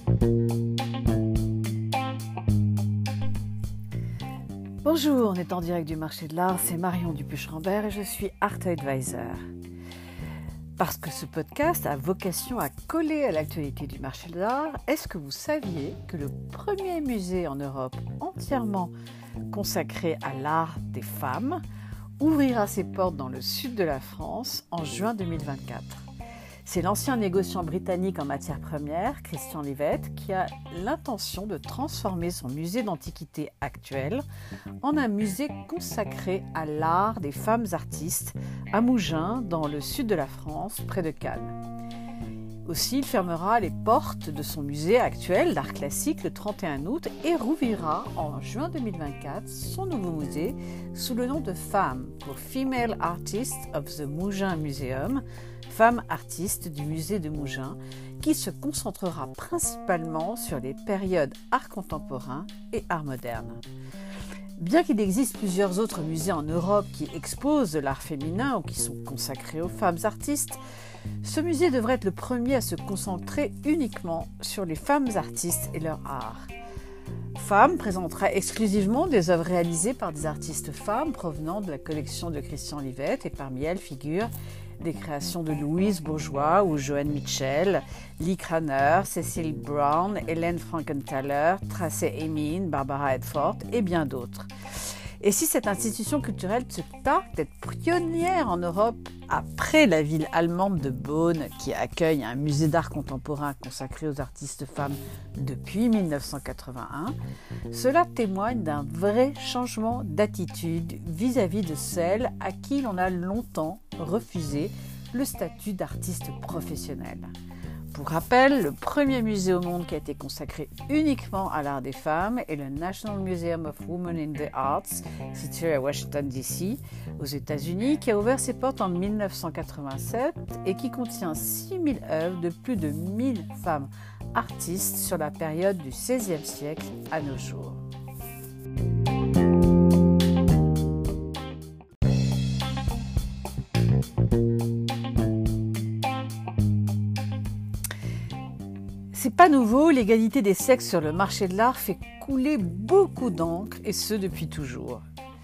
Bonjour, on est en direct du marché de l'art, c'est Marion Dupuche-Rambert et je suis Art Advisor. Parce que ce podcast a vocation à coller à l'actualité du marché de l'art, est-ce que vous saviez que le premier musée en Europe entièrement consacré à l'art des femmes ouvrira ses portes dans le sud de la France en juin 2024 ? C'est l'ancien négociant britannique en matières premières, Christian Livett, qui a l'intention de transformer son musée d'antiquité actuel en un musée consacré à l'art des femmes artistes à Mougins, dans le sud de la France, près de Cannes. Aussi, il fermera les portes de son musée actuel d'art classique le 31 août et rouvrira en juin 2024 son nouveau musée sous le nom de FAM, pour Female Artists of the Mougins Museum, Femmes artistes du musée de Mougins, qui se concentrera principalement sur les périodes art contemporain et art moderne. Bien qu'il existe plusieurs autres musées en Europe qui exposent de l'art féminin ou qui sont consacrés aux femmes artistes, ce musée devrait être le premier à se concentrer uniquement sur les femmes artistes et leur art. FAM présentera exclusivement des œuvres réalisées par des artistes femmes provenant de la collection de Christian Livett, et parmi elles figurent des créations de Louise Bourgeois ou Joan Mitchell, Lee Kraner, Cecil Brown, Hélène Frankenthaler, Tracey Emin, Barbara Edford et bien d'autres. Et si cette institution culturelle se targue d'être pionnière en Europe après la ville allemande de Bonn, qui accueille un musée d'art contemporain consacré aux artistes femmes depuis 1981, cela témoigne d'un vrai changement d'attitude vis-à-vis de celles à qui l'on a longtemps refusé le statut d'artiste professionnel. Pour rappel, le premier musée au monde qui a été consacré uniquement à l'art des femmes est le National Museum of Women in the Arts, situé à Washington DC, aux États-Unis, qui a ouvert ses portes en 1987 et qui contient 6000 œuvres de plus de 1000 femmes artistes sur la période du XVIe siècle à nos jours. C'est pas nouveau, l'égalité des sexes sur le marché de l'art fait couler beaucoup d'encre, et ce depuis toujours.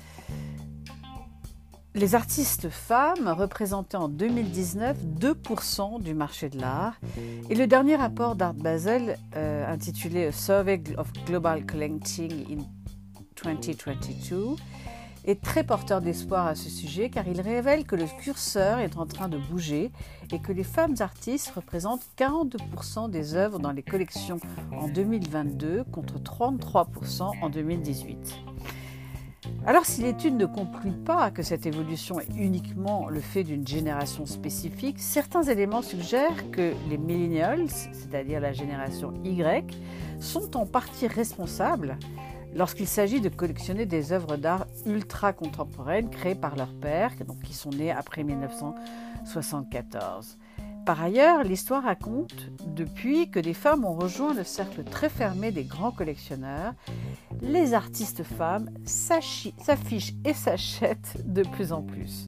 Les artistes femmes représentaient en 2019 2% du marché de l'art, et le dernier rapport d'Art Basel, intitulé A Survey of Global Collecting in 2022, est très porteur d'espoir à ce sujet, car il révèle que le curseur est en train de bouger et que les femmes artistes représentent 42% des œuvres dans les collections en 2022 contre 33% en 2018. Alors, si l'étude ne conclut pas que cette évolution est uniquement le fait d'une génération spécifique, certains éléments suggèrent que les millennials, c'est-à-dire la génération Y, sont en partie responsables lorsqu'il s'agit de collectionner des œuvres d'art ultra contemporaines créées par leurs pères, donc qui sont nés après 1974. Par ailleurs, l'histoire raconte depuis que des femmes ont rejoint le cercle très fermé des grands collectionneurs. Les artistes femmes s'affichent et s'achètent de plus en plus.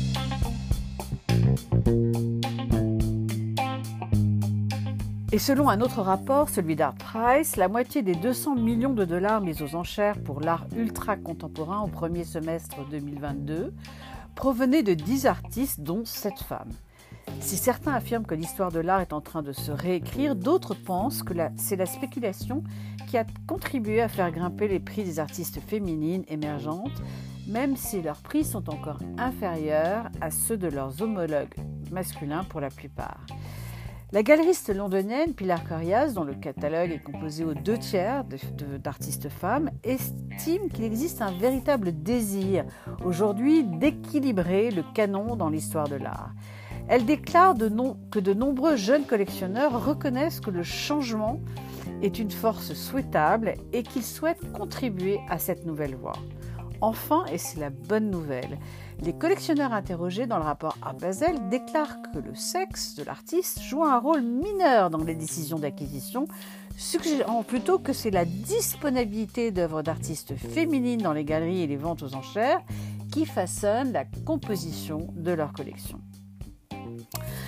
Et selon un autre rapport, celui d'Art Price, la moitié des 200 millions de dollars mis aux enchères pour l'art ultra contemporain au premier semestre 2022 provenaient de 10 artistes, dont 7 femmes. Si certains affirment que l'histoire de l'art est en train de se réécrire, d'autres pensent que c'est la spéculation qui a contribué à faire grimper les prix des artistes féminines émergentes, même si leurs prix sont encore inférieurs à ceux de leurs homologues masculins pour la plupart. La galeriste londonienne Pilar Corias, dont le catalogue est composé aux 2/3 d'artistes femmes, estime qu'il existe un véritable désir aujourd'hui d'équilibrer le canon dans l'histoire de l'art. Elle déclare que de nombreux jeunes collectionneurs reconnaissent que le changement est une force souhaitable et qu'ils souhaitent contribuer à cette nouvelle voie. Enfin, et c'est la bonne nouvelle, les collectionneurs interrogés dans le rapport Art Basel déclarent que le sexe de l'artiste joue un rôle mineur dans les décisions d'acquisition, suggérant plutôt que c'est la disponibilité d'œuvres d'artistes féminines dans les galeries et les ventes aux enchères qui façonne la composition de leur collection.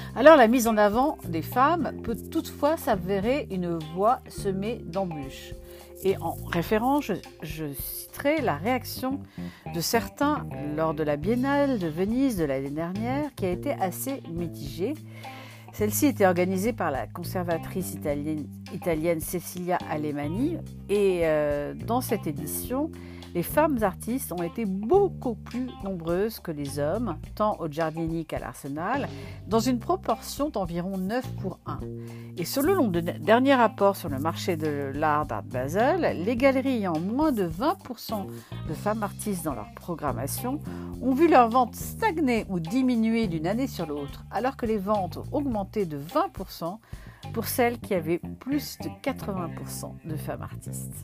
Alors la mise en avant des femmes peut toutefois s'avérer une voie semée d'embûches. Et en référence, je citerai la réaction de certains lors de la Biennale de Venise de l'année dernière qui a été assez mitigée. Celle-ci était organisée par la conservatrice italienne Cecilia Alemani et dans cette édition, les femmes artistes ont été beaucoup plus nombreuses que les hommes, tant au Giardini qu'à l'Arsenal, dans une proportion d'environ 9 pour 1. Et selon le dernier rapport sur le marché de l'art d'Art Basel, les galeries ayant moins de 20% de femmes artistes dans leur programmation ont vu leurs ventes stagner ou diminuer d'une année sur l'autre, alors que les ventes ont augmenté de 20% pour celles qui avaient plus de 80% de femmes artistes.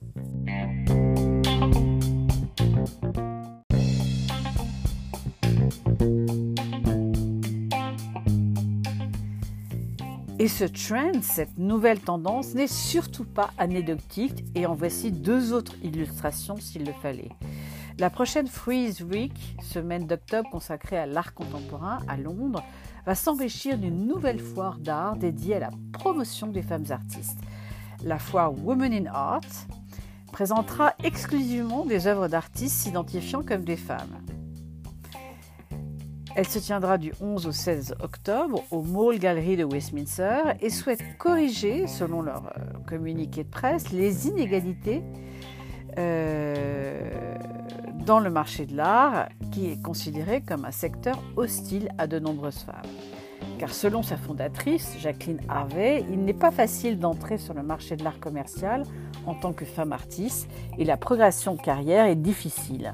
Et ce trend, cette nouvelle tendance, n'est surtout pas anecdotique et en voici deux autres illustrations s'il le fallait. La prochaine Frieze Week, semaine d'octobre consacrée à l'art contemporain à Londres, va s'enrichir d'une nouvelle foire d'art dédiée à la promotion des femmes artistes. La foire Women in Art présentera exclusivement des œuvres d'artistes s'identifiant comme des femmes. Elle se tiendra du 11 au 16 octobre au Mall Gallery de Westminster et souhaite corriger, selon leur communiqué de presse, les inégalités dans le marché de l'art, qui est considéré comme un secteur hostile à de nombreuses femmes. Car selon sa fondatrice, Jacqueline Harvey, il n'est pas facile d'entrer sur le marché de l'art commercial en tant que femme artiste et la progression de carrière est difficile.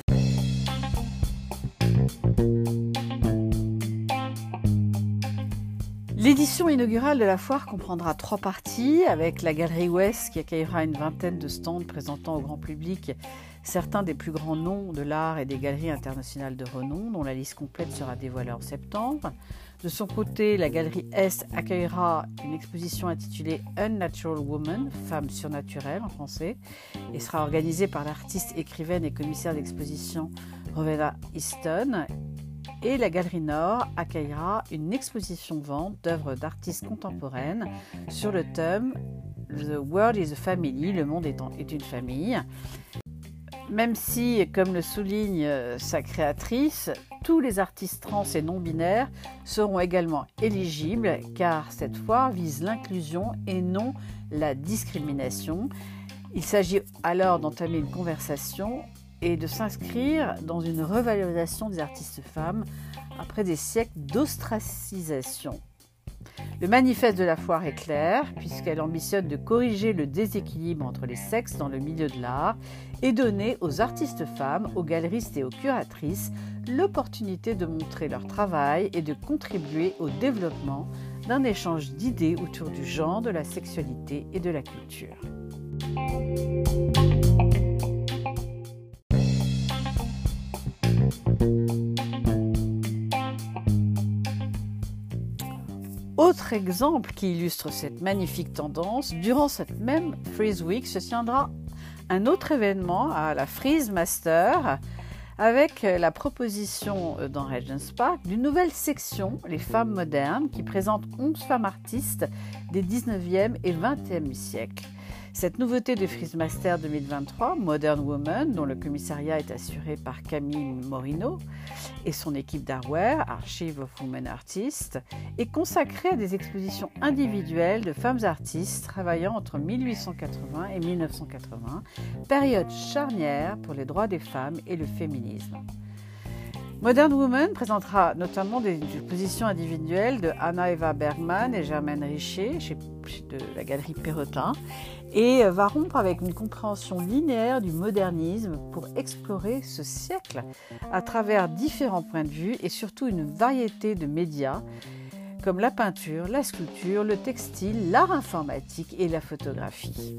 L'édition inaugurale de la foire comprendra 3 parties, avec la Galerie Ouest qui accueillera une vingtaine de stands présentant au grand public certains des plus grands noms de l'art et des galeries internationales de renom, dont la liste complète sera dévoilée en septembre. De son côté, la Galerie Est accueillera une exposition intitulée Unnatural Woman, Femme surnaturelle en français, et sera organisée par l'artiste, écrivaine et commissaire d'exposition Rowena Easton. Et la Galerie Nord accueillera une exposition-vente d'œuvres d'artistes contemporaines sur le thème The World is a Family, le monde est une famille. Même si, comme le souligne sa créatrice, tous les artistes trans et non-binaires seront également éligibles, car cette foire vise l'inclusion et non la discrimination. Il s'agit alors d'entamer une conversation et de s'inscrire dans une revalorisation des artistes femmes après des siècles d'ostracisation. Le manifeste de la foire est clair, puisqu'elle ambitionne de corriger le déséquilibre entre les sexes dans le milieu de l'art et donner aux artistes femmes, aux galeristes et aux curatrices l'opportunité de montrer leur travail et de contribuer au développement d'un échange d'idées autour du genre, de la sexualité et de la culture. Autre exemple qui illustre cette magnifique tendance, durant cette même Frieze Week se tiendra un autre événement à la Frieze Master avec la proposition dans Regent's Park d'une nouvelle section, les femmes modernes, qui présente 11 femmes artistes des 19e et 20e siècles. Cette nouveauté de Frieze Master 2023, Modern Woman, dont le commissariat est assuré par Camille Morino et son équipe d'Artware, Archive of Women Artists, est consacrée à des expositions individuelles de femmes artistes travaillant entre 1880 et 1980, période charnière pour les droits des femmes et le féminisme. Modern Woman présentera notamment des expositions individuelles de Anna Eva Bergman et Germaine Richer de la galerie Perrotin et va rompre avec une compréhension linéaire du modernisme pour explorer ce siècle à travers différents points de vue et surtout une variété de médias comme la peinture, la sculpture, le textile, l'art informatique et la photographie.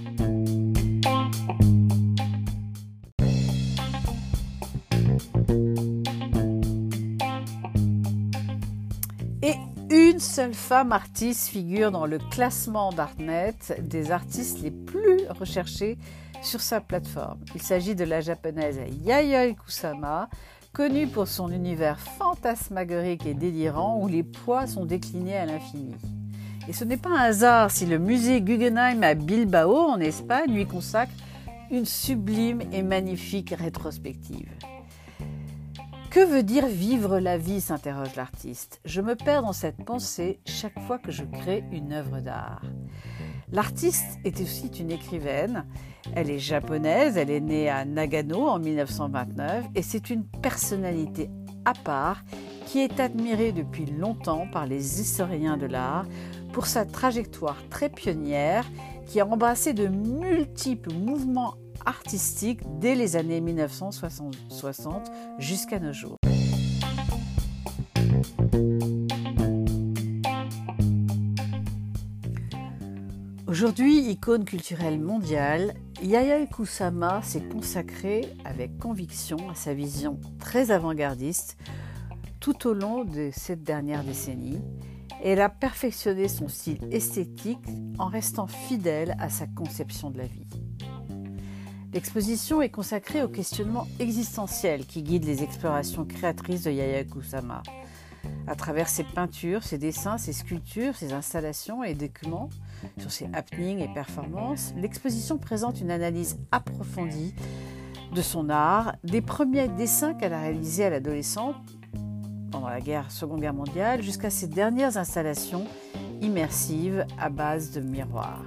Et une seule femme artiste figure dans le classement d'Artnet des artistes les plus recherchés sur sa plateforme. Il s'agit de la japonaise Yayoi Kusama, connu pour son univers fantasmagorique et délirant où les poids sont déclinés à l'infini. Et ce n'est pas un hasard si le musée Guggenheim à Bilbao, en Espagne, lui consacre une sublime et magnifique rétrospective. Que veut dire vivre la vie, s'interroge l'artiste. Je me perds dans cette pensée chaque fois que je crée une œuvre d'art. L'artiste est aussi une écrivaine. Elle est japonaise, elle est née à Nagano en 1929 et c'est une personnalité à part qui est admirée depuis longtemps par les historiens de l'art pour sa trajectoire très pionnière qui a embrassé de multiples mouvements artistiques dès les années 1960 jusqu'à nos jours. Aujourd'hui, icône culturelle mondiale, Yayoi Kusama s'est consacrée avec conviction à sa vision très avant-gardiste tout au long de cette dernière décennie et elle a perfectionné son style esthétique en restant fidèle à sa conception de la vie. L'exposition est consacrée au questionnement existentiel qui guide les explorations créatrices de Yayoi Kusama. À travers ses peintures, ses dessins, ses sculptures, ses installations et documents sur ses happenings et performances, l'exposition présente une analyse approfondie de son art, des premiers dessins qu'elle a réalisés à l'adolescence pendant la Seconde Guerre mondiale jusqu'à ses dernières installations immersives à base de miroirs.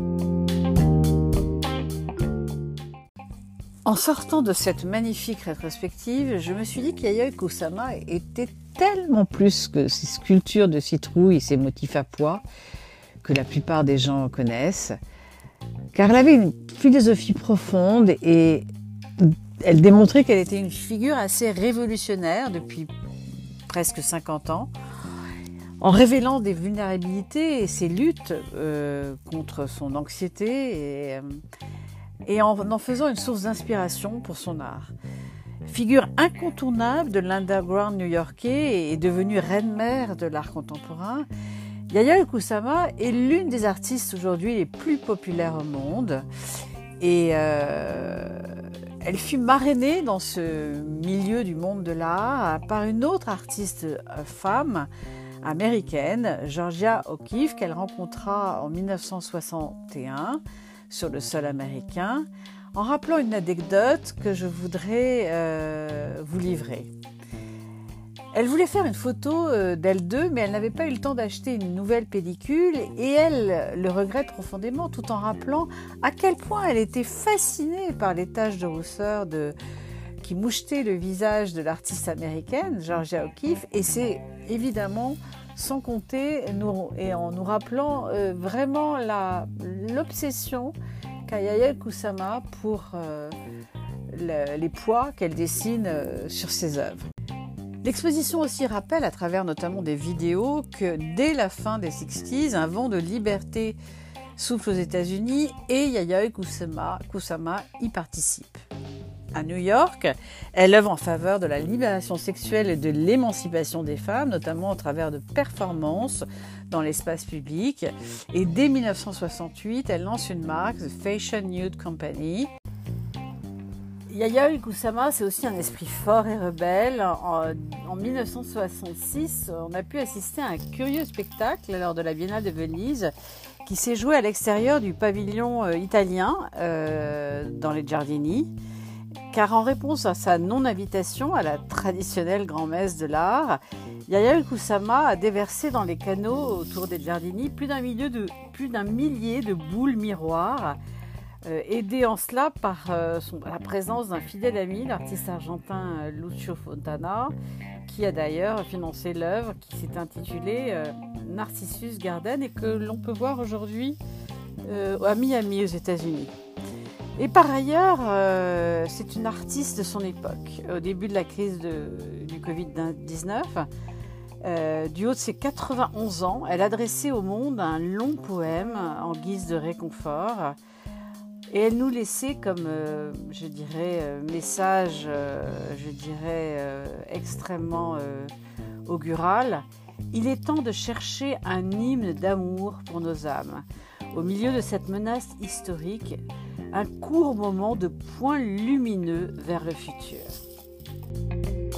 En sortant de cette magnifique rétrospective, je me suis dit que Yayoi Kusama était tellement plus que ces sculptures de citrouilles et ces motifs à pois que la plupart des gens connaissent, car elle avait une philosophie profonde et elle démontrait qu'elle était une figure assez révolutionnaire depuis presque 50 ans, en révélant des vulnérabilités et ses luttes contre son anxiété et en faisant une source d'inspiration pour son art. Figure incontournable de l'underground new-yorkais et devenue reine-mère de l'art contemporain, Yayoi Kusama est l'une des artistes aujourd'hui les plus populaires au monde et elle fut marrainée dans ce milieu du monde de l'art par une autre artiste femme américaine, Georgia O'Keeffe, qu'elle rencontra en 1961 sur le sol américain, en rappelant une anecdote que je voudrais vous livrer. Elle voulait faire une photo d'elle deux, mais elle n'avait pas eu le temps d'acheter une nouvelle pellicule et elle le regrette profondément tout en rappelant à quel point elle était fascinée par les taches de rousseur qui mouchetaient le visage de l'artiste américaine, Georgia O'Keeffe, et c'est évidemment sans compter et en nous rappelant vraiment l'obsession qu'a Yayoi Kusama pour les poids qu'elle dessine sur ses œuvres. L'exposition aussi rappelle, à travers notamment des vidéos, que dès la fin des 60s, un vent de liberté souffle aux États-Unis et Yayoi Kusama y participe. À New York, elle œuvre en faveur de la libération sexuelle et de l'émancipation des femmes, notamment au travers de performances dans l'espace public. Et dès 1968, elle lance une marque, The Fashion Nude Company. Yayoi Kusama, c'est aussi un esprit fort et rebelle. En 1966, on a pu assister à un curieux spectacle lors de la Biennale de Venise qui s'est joué à l'extérieur du pavillon italien dans les Giardini. Car en réponse à sa non-invitation à la traditionnelle grand-messe de l'art, Yayoi Kusama a déversé dans les canaux autour des Giardini plus d'un millier de boules miroirs, aidé en cela par la présence d'un fidèle ami, l'artiste argentin Lucio Fontana, qui a d'ailleurs financé l'œuvre qui s'est intitulée Narcissus Garden et que l'on peut voir aujourd'hui à Miami aux États-Unis. Et par ailleurs, c'est une artiste de son époque. Au début de la crise du Covid-19, du haut de ses 91 ans, elle adressait au monde un long poème en guise de réconfort. Et elle nous laissait comme, message, extrêmement augural. Il est temps de chercher un hymne d'amour pour nos âmes. Au milieu de cette menace historique, un court moment de point lumineux vers le futur.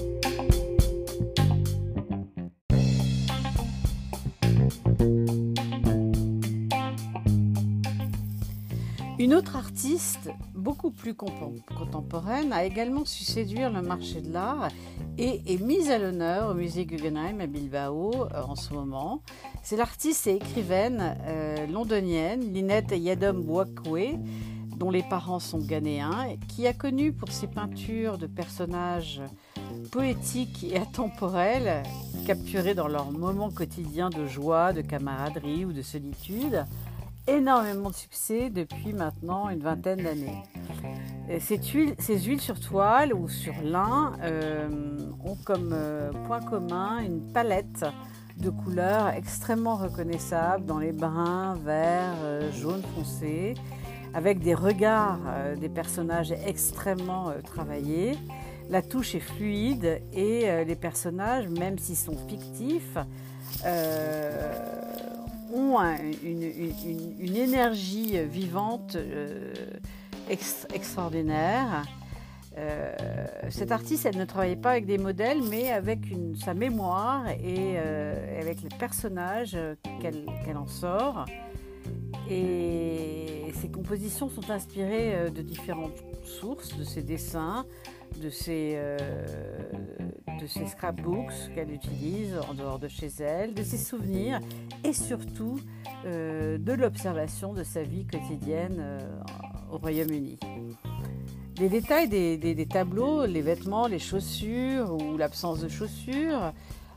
Une autre artiste, beaucoup plus contemporaine, a également su séduire le marché de l'art et est mise à l'honneur au musée Guggenheim à Bilbao en ce moment. C'est l'artiste et écrivaine londonienne Lynette Yiadom-Boakye, dont les parents sont ghanéens, qui a connu pour ses peintures de personnages poétiques et atemporels, capturés dans leurs moments quotidiens de joie, de camaraderie ou de solitude, énormément de succès depuis maintenant une vingtaine d'années. Ces huiles sur toile ou sur lin ont comme point commun une palette de couleurs extrêmement reconnaissables dans les bruns, verts, jaunes foncés, avec des regards des personnages extrêmement travaillés. La touche est fluide et les personnages, même s'ils sont fictifs, ont une énergie vivante extraordinaire. Cette artiste, elle ne travaillait pas avec des modèles, mais avec sa mémoire et avec les personnages qu'elle en sort. Et ses compositions sont inspirées de différentes sources, de ses dessins, de ses scrapbooks qu'elle utilise en dehors de chez elle, de ses souvenirs et surtout de l'observation de sa vie quotidienne au Royaume-Uni. Les détails des tableaux, les vêtements, les chaussures ou l'absence de chaussures,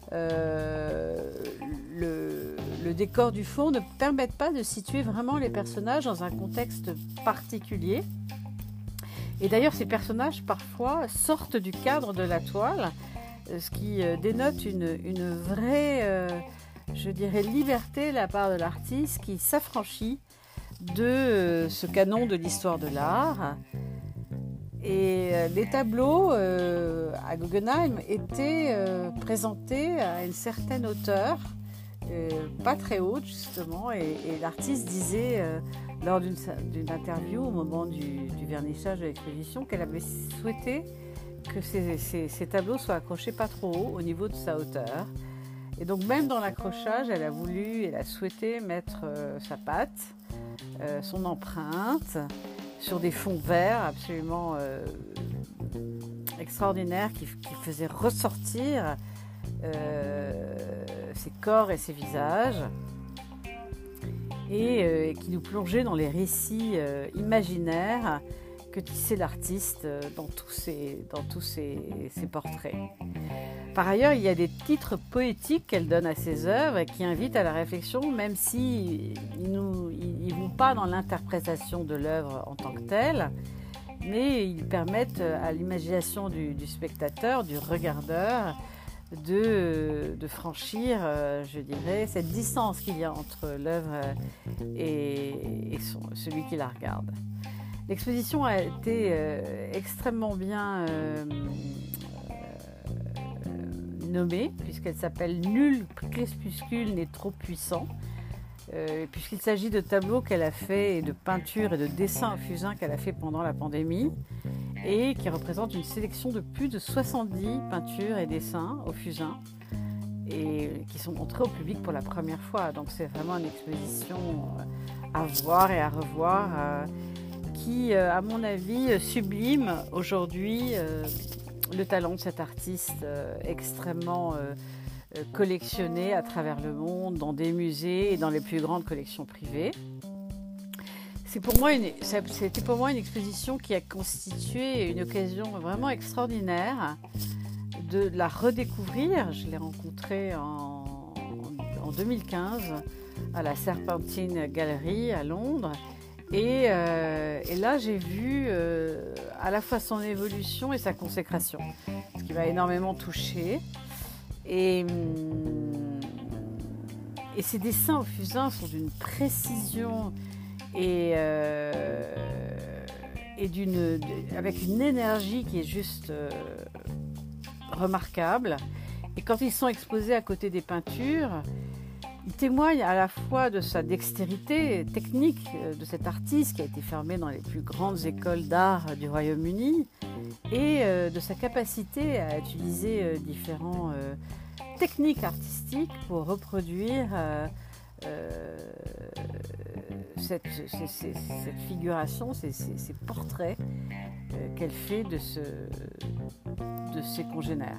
le décor du fond ne permettent pas de situer vraiment les personnages dans un contexte particulier. Et d'ailleurs, ces personnages parfois sortent du cadre de la toile, ce qui dénote une vraie, je dirais, liberté de la part de l'artiste qui s'affranchit de ce canon de l'histoire de l'art. Et les tableaux à Guggenheim étaient présentés à une certaine hauteur, pas très haute justement, et l'artiste disait lors d'une interview au moment du vernissage de l'exposition qu'elle avait souhaité que ces tableaux soient accrochés pas trop haut au niveau de sa hauteur. Et donc même dans l'accrochage, elle a souhaité mettre sa patte, son empreinte, sur des fonds verts absolument extraordinaires qui faisaient ressortir ses corps et ses visages et qui nous plongeaient dans les récits imaginaires que tissait l'artiste dans tous ses portraits. Par ailleurs, il y a des titres poétiques qu'elle donne à ses œuvres et qui invitent à la réflexion, même s'ils ne vont pas dans l'interprétation de l'œuvre en tant que telle, mais ils permettent à l'imagination du spectateur, du regardeur, de franchir, je dirais, cette distance qu'il y a entre l'œuvre et celui qui la regarde. L'exposition a été extrêmement bien nommée, puisqu'elle s'appelle « Nul crépuscule n'est trop puissant », puisqu'il s'agit de tableaux qu'elle a fait, et de peintures et de dessins au fusain qu'elle a fait pendant la pandémie, et qui représentent une sélection de plus de 70 peintures et dessins au fusain, et qui sont montrés au public pour la première fois. Donc c'est vraiment une exposition à voir et à revoir, qui, à mon avis, sublime aujourd'hui le talent de cet artiste extrêmement collectionné à travers le monde, dans des musées et dans les plus grandes collections privées. C'était pour moi une exposition qui a constitué une occasion vraiment extraordinaire de la redécouvrir. Je l'ai rencontrée en 2015 à la Serpentine Gallery à Londres. Et là, j'ai vu à la fois son évolution et sa consécration, ce qui m'a énormément touchée. Et ses dessins au fusain sont d'une précision et avec une énergie qui est juste remarquable. Et quand ils sont exposés à côté des peintures, il témoigne à la fois de sa dextérité technique de cet artiste qui a été formé dans les plus grandes écoles d'art du Royaume-Uni et de sa capacité à utiliser différentes techniques artistiques pour reproduire cette figuration, ces portraits qu'elle fait de ses congénères.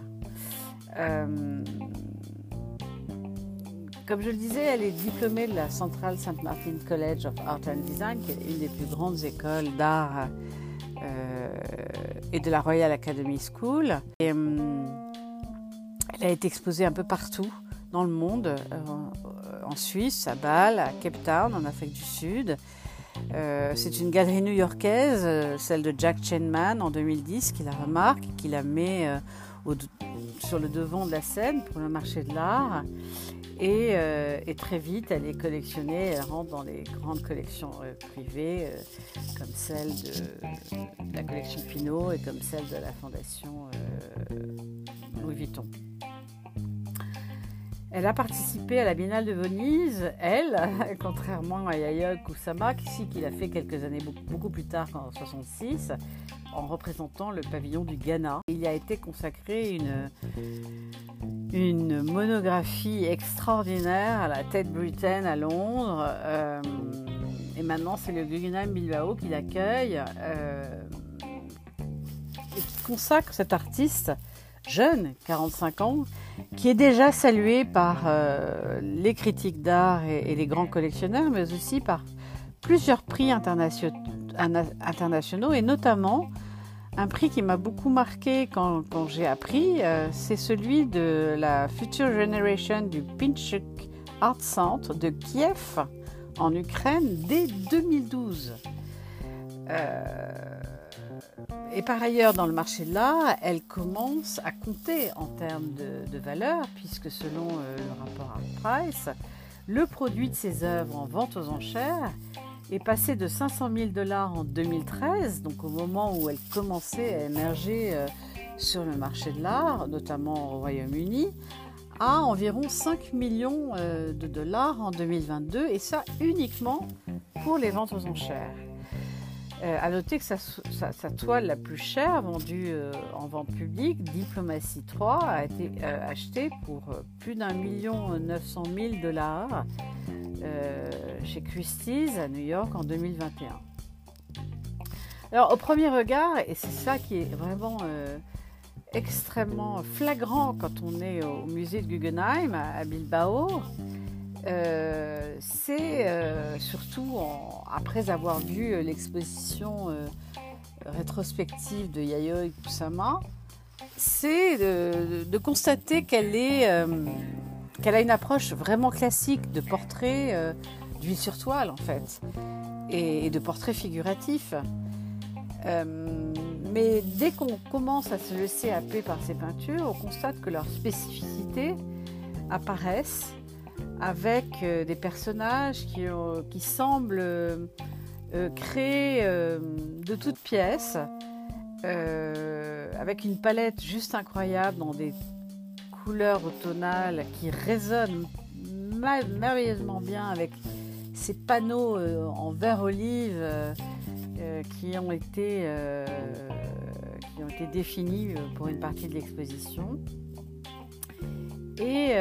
Comme je le disais, elle est diplômée de la Central St. Martin College of Art and Design, qui est une des plus grandes écoles d'art et de la Royal Academy School. Et, elle a été exposée un peu partout dans le monde, en Suisse, à Bâle, à Cape Town, en Afrique du Sud. C'est une galerie new-yorkaise, celle de Jack Chenman en 2010, qui la remarque, qui la met sur le devant de la scène pour le marché de l'art. Et très vite, elle est collectionnée, elle rentre dans les grandes collections privées, comme celle de la collection Pinault et comme celle de la fondation Louis Vuitton. Elle a participé à la Biennale de Venise, elle, contrairement à Yayoi Kusama, qui l'a fait quelques années beaucoup plus tard, en 1966, en représentant le pavillon du Ghana. Il a été consacré une monographie extraordinaire à la Tate Britain à Londres. Et maintenant, c'est le Guggenheim Bilbao qui l'accueille et qui consacre cet artiste jeune, 45 ans, qui est déjà salué par les critiques d'art et les grands collectionneurs, mais aussi par plusieurs prix internationaux, et notamment un prix qui m'a beaucoup marqué quand j'ai appris, c'est celui de la Future Generation du Pinchuk Art Center de Kiev, en Ukraine, dès 2012. Et par ailleurs, dans le marché de l'art, elle commence à compter en termes de valeur, puisque selon le rapport Art Price, le produit de ses œuvres en vente aux enchères est passé de 500 000 $ en 2013, donc au moment où elle commençait à émerger sur le marché de l'art, notamment au Royaume-Uni, à environ 5 millions de dollars en 2022, et ça uniquement pour les ventes aux enchères. À noter que sa toile la plus chère, vendue en vente publique, Diplomatie 3, a été achetée pour plus d'1 900 000 $ chez Christie's à New York en 2021. Alors au premier regard, et c'est ça qui est vraiment extrêmement flagrant quand on est au musée de Guggenheim à Bilbao, c'est surtout après avoir vu l'exposition rétrospective de Yayoi Kusama, c'est de constater qu'elle a une approche vraiment classique de portrait d'huile sur toile en fait, et de portrait figuratif. Mais dès qu'on commence à se laisser happer par ces peintures, on constate que leurs spécificités apparaissent avec des personnages qui semblent créés de toutes pièces, avec une palette juste incroyable dans des couleurs automnales qui résonnent merveilleusement bien avec ces panneaux en vert olive qui ont été définis pour une partie de l'exposition. Et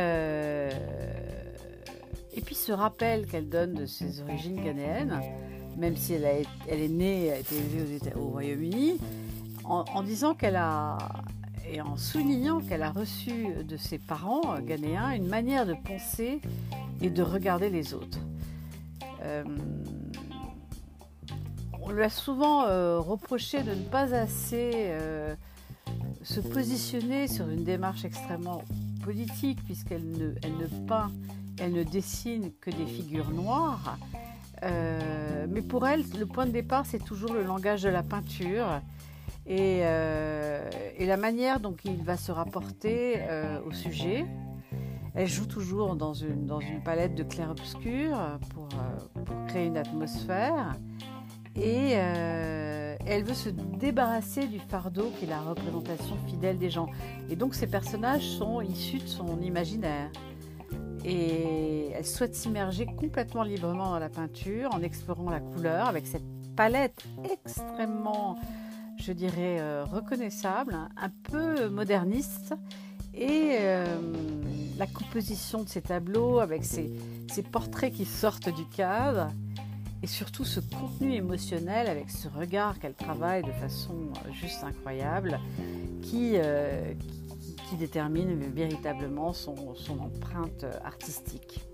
puis ce rappel qu'elle donne de ses origines ghanéennes, même si elle a été élevée au Royaume-Uni, en disant et en soulignant qu'elle a reçu de ses parents ghanéens une manière de penser et de regarder les autres. On lui a souvent reproché de ne pas assez se positionner sur une démarche extrêmement politique, puisqu'elle ne dessine que des figures noires. Mais pour elle, le point de départ, c'est toujours le langage de la peinture et la manière dont il va se rapporter au sujet. Elle joue toujours dans une palette de clair-obscur pour créer une atmosphère. Et elle veut se débarrasser du fardeau qui est la représentation fidèle des gens. Et donc ces personnages sont issus de son imaginaire. Et elle souhaite s'immerger complètement librement dans la peinture en explorant la couleur avec cette palette extrêmement, je dirais, reconnaissable, un peu moderniste. Et la composition de ces tableaux avec ces portraits qui sortent du cadre et surtout ce contenu émotionnel avec ce regard qu'elle travaille de façon juste incroyable qui détermine véritablement son empreinte artistique.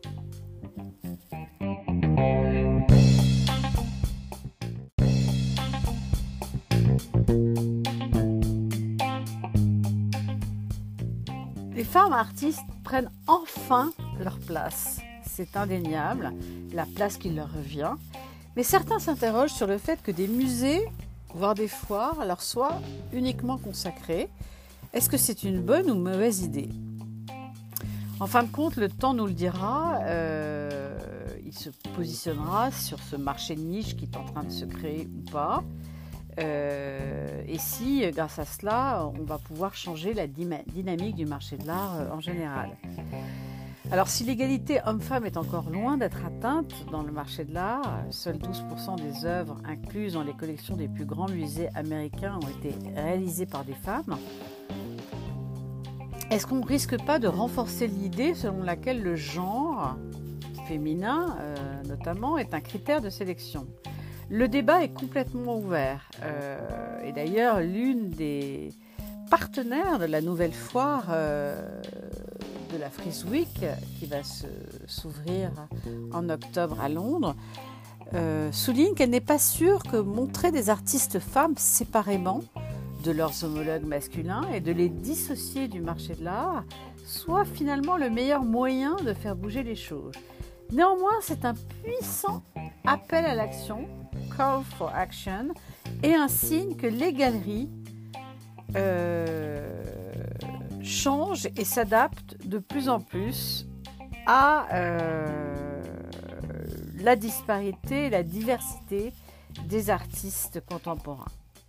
Les femmes artistes prennent enfin leur place. C'est indéniable, la place qui leur revient. Mais certains s'interrogent sur le fait que des musées, voire des foires, leur soient uniquement consacrés. Est-ce que c'est une bonne ou mauvaise idée ? En fin de compte, le temps nous le dira. Il se positionnera sur ce marché de niche qui est en train de se créer ou pas. Et si, grâce à cela, on va pouvoir changer la dynamique du marché de l'art en général. Alors, si l'égalité homme-femme est encore loin d'être atteinte dans le marché de l'art, seuls 12% des œuvres incluses dans les collections des plus grands musées américains ont été réalisées par des femmes. Est-ce qu'on ne risque pas de renforcer l'idée selon laquelle le genre féminin, notamment, est un critère de sélection ? Le débat est complètement ouvert. Et d'ailleurs, l'une des partenaires de la nouvelle foire de la Frieze Week, qui va s'ouvrir en octobre à Londres, souligne qu'elle n'est pas sûre que montrer des artistes femmes séparément de leurs homologues masculins et de les dissocier du marché de l'art soit finalement le meilleur moyen de faire bouger les choses. Néanmoins, c'est un puissant appel à l'action, call for action, et un signe que les galeries changent et s'adaptent de plus en plus à la disparité et la diversité des artistes contemporains.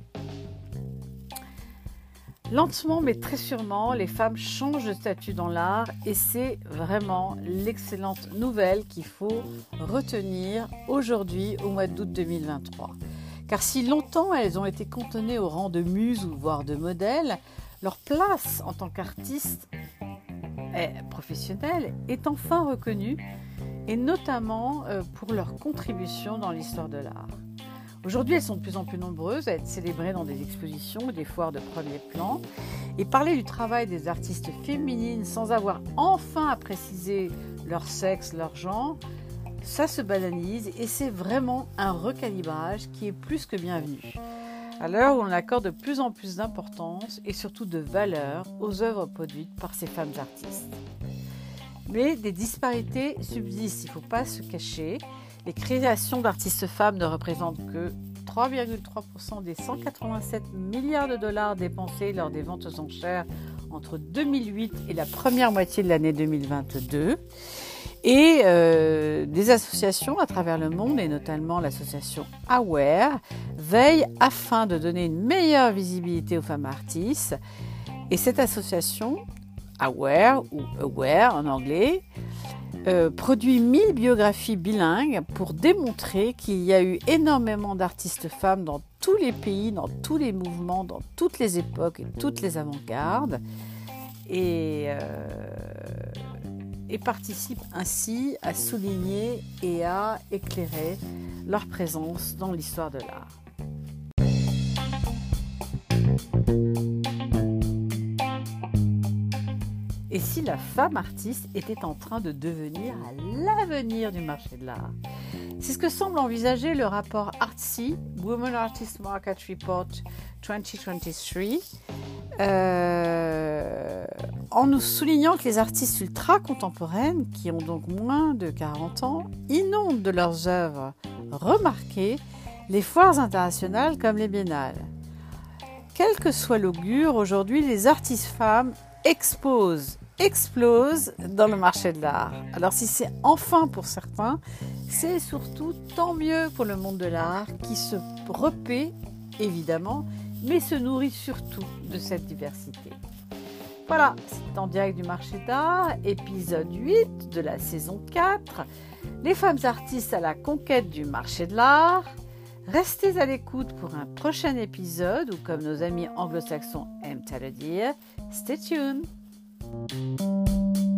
Lentement mais très sûrement, les femmes changent de statut dans l'art et c'est vraiment l'excellente nouvelle qu'il faut retenir aujourd'hui au mois d'août 2023. Car si longtemps elles ont été cantonnées au rang de muses ou voire de modèles, leur place en tant qu'artistes professionnelles est enfin reconnue et notamment pour leur contribution dans l'histoire de l'art. Aujourd'hui, elles sont de plus en plus nombreuses à être célébrées dans des expositions ou des foires de premier plan. Et parler du travail des artistes féminines sans avoir enfin à préciser leur sexe, leur genre, ça se banalise et c'est vraiment un recalibrage qui est plus que bienvenu. À l'heure où on accorde de plus en plus d'importance et surtout de valeur aux œuvres produites par ces femmes artistes. Mais des disparités subsistent, il ne faut pas se cacher. Les créations d'artistes femmes ne représentent que 3,3% des 187 milliards de dollars dépensés lors des ventes aux enchères entre 2008 et la première moitié de l'année 2022. Et des associations à travers le monde, et notamment l'association AWARE, veillent afin de donner une meilleure visibilité aux femmes artistes. Et cette association, AWARE ou AWARE en anglais, produit 1000 biographies bilingues pour démontrer qu'il y a eu énormément d'artistes femmes dans tous les pays, dans tous les mouvements, dans toutes les époques et toutes les avant-gardes et participe ainsi à souligner et à éclairer leur présence dans l'histoire de l'art. Et si la femme artiste était en train de devenir l'avenir du marché de l'art ? C'est ce que semble envisager le rapport Artsy, Women Artist Market Report 2023, en nous soulignant que les artistes ultra-contemporaines, qui ont donc moins de 40 ans, inondent de leurs œuvres remarquées les foires internationales comme les biennales. Quel que soit l'augure, aujourd'hui, les artistes femmes explosent dans le marché de l'art. Alors si c'est enfin pour certains, c'est surtout tant mieux pour le monde de l'art qui se repaît évidemment, mais se nourrit surtout de cette diversité. Voilà, c'est en direct du marché d'art, épisode 8 de la saison 4, les femmes artistes à la conquête du marché de l'art. Restez à l'écoute pour un prochain épisode ou comme nos amis anglo-saxons aiment à le dire, stay tuned.